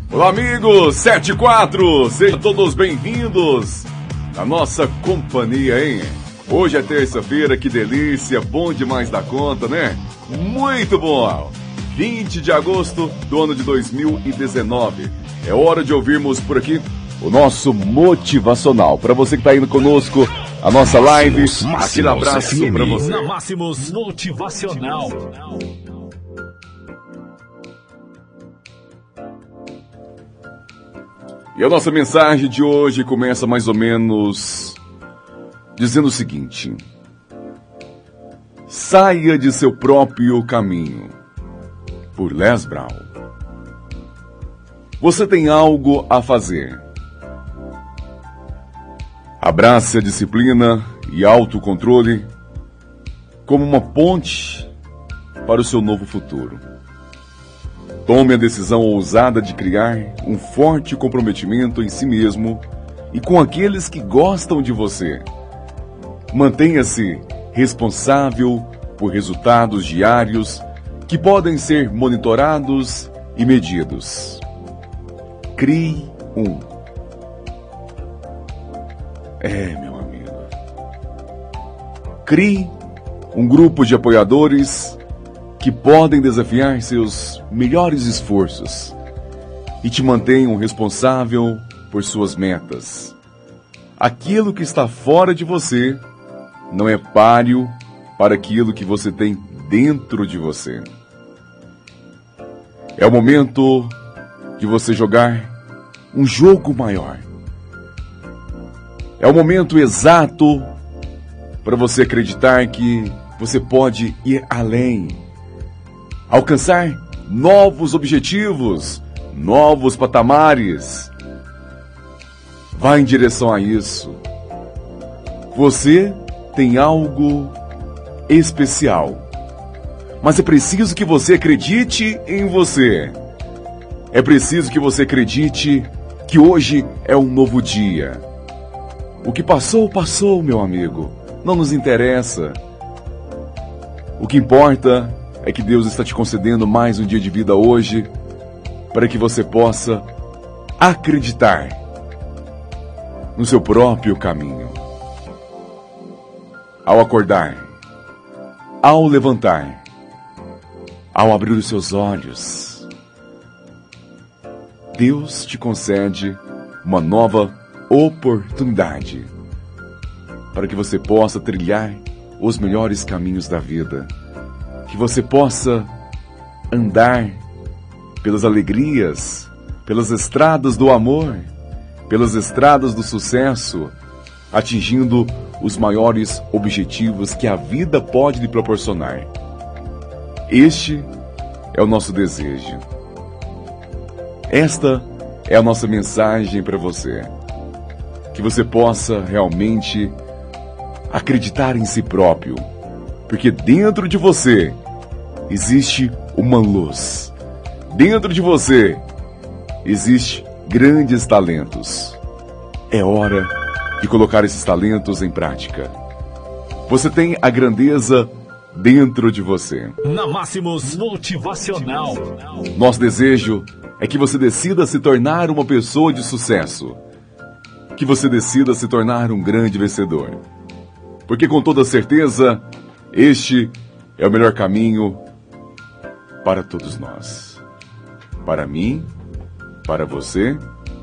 Olá, amigos, 74, sejam todos bem-vindos à nossa companhia, hein? Hoje é terça-feira, que delícia, bom demais da conta, né? Muito bom! 20 de agosto do ano de 2019. É hora de ouvirmos por aqui o nosso motivacional. Para você que está indo conosco, a nossa live, aquele abraço para você. Na Máximos Motivacional. E a nossa mensagem de hoje começa mais ou menos dizendo o seguinte: saia de seu próprio caminho, por Les Brown. Você tem algo a fazer. Abrace a disciplina e autocontrole como uma ponte para o seu novo futuro. Tome a decisão ousada de criar um forte comprometimento em si mesmo e com aqueles que gostam de você. Mantenha-se responsável por resultados diários que podem ser monitorados e medidos. Crie um. Meu amigo. Crie um grupo de apoiadores que podem desafiar seus melhores esforços e te mantenham responsável por suas metas. Aquilo que está fora de você não é páreo para aquilo que você tem dentro de você. É o momento de você jogar um jogo maior. É o momento exato para você acreditar que você pode ir além, alcançar novos objetivos, novos patamares. Vá em direção a isso. Você tem algo especial, mas é preciso que você acredite em você. É preciso que você acredite que hoje é um novo dia. O que passou, passou, meu amigo. Não nos interessa. O que importa é que Deus está te concedendo mais um dia de vida hoje para que você possa acreditar no seu próprio caminho. Ao acordar, ao levantar, ao abrir os seus olhos, Deus te concede uma nova oportunidade para que você possa trilhar os melhores caminhos da vida, que você possa andar pelas alegrias, pelas estradas do amor, pelas estradas do sucesso, atingindo os maiores objetivos que a vida pode lhe proporcionar. Este é o nosso desejo. Esta é a nossa mensagem para você. Que você possa realmente acreditar em si próprio, porque dentro de você existe uma luz. Dentro de você existe grandes talentos. É hora de colocar esses talentos em prática. Você tem a grandeza dentro de você. Na Máximos Motivacional. Nosso desejo é que você decida se tornar uma pessoa de sucesso. Que você decida se tornar um grande vencedor. Porque com toda certeza, este é o melhor caminho para todos nós. Para mim, para você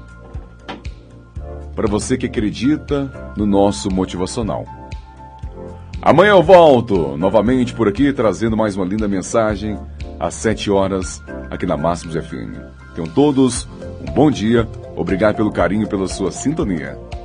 que acredita no nosso motivacional. Amanhã eu volto novamente por aqui, trazendo mais uma linda mensagem às 7 horas aqui na Máximos FM. Tenham todos um bom dia, obrigado pelo carinho, pela sua sintonia.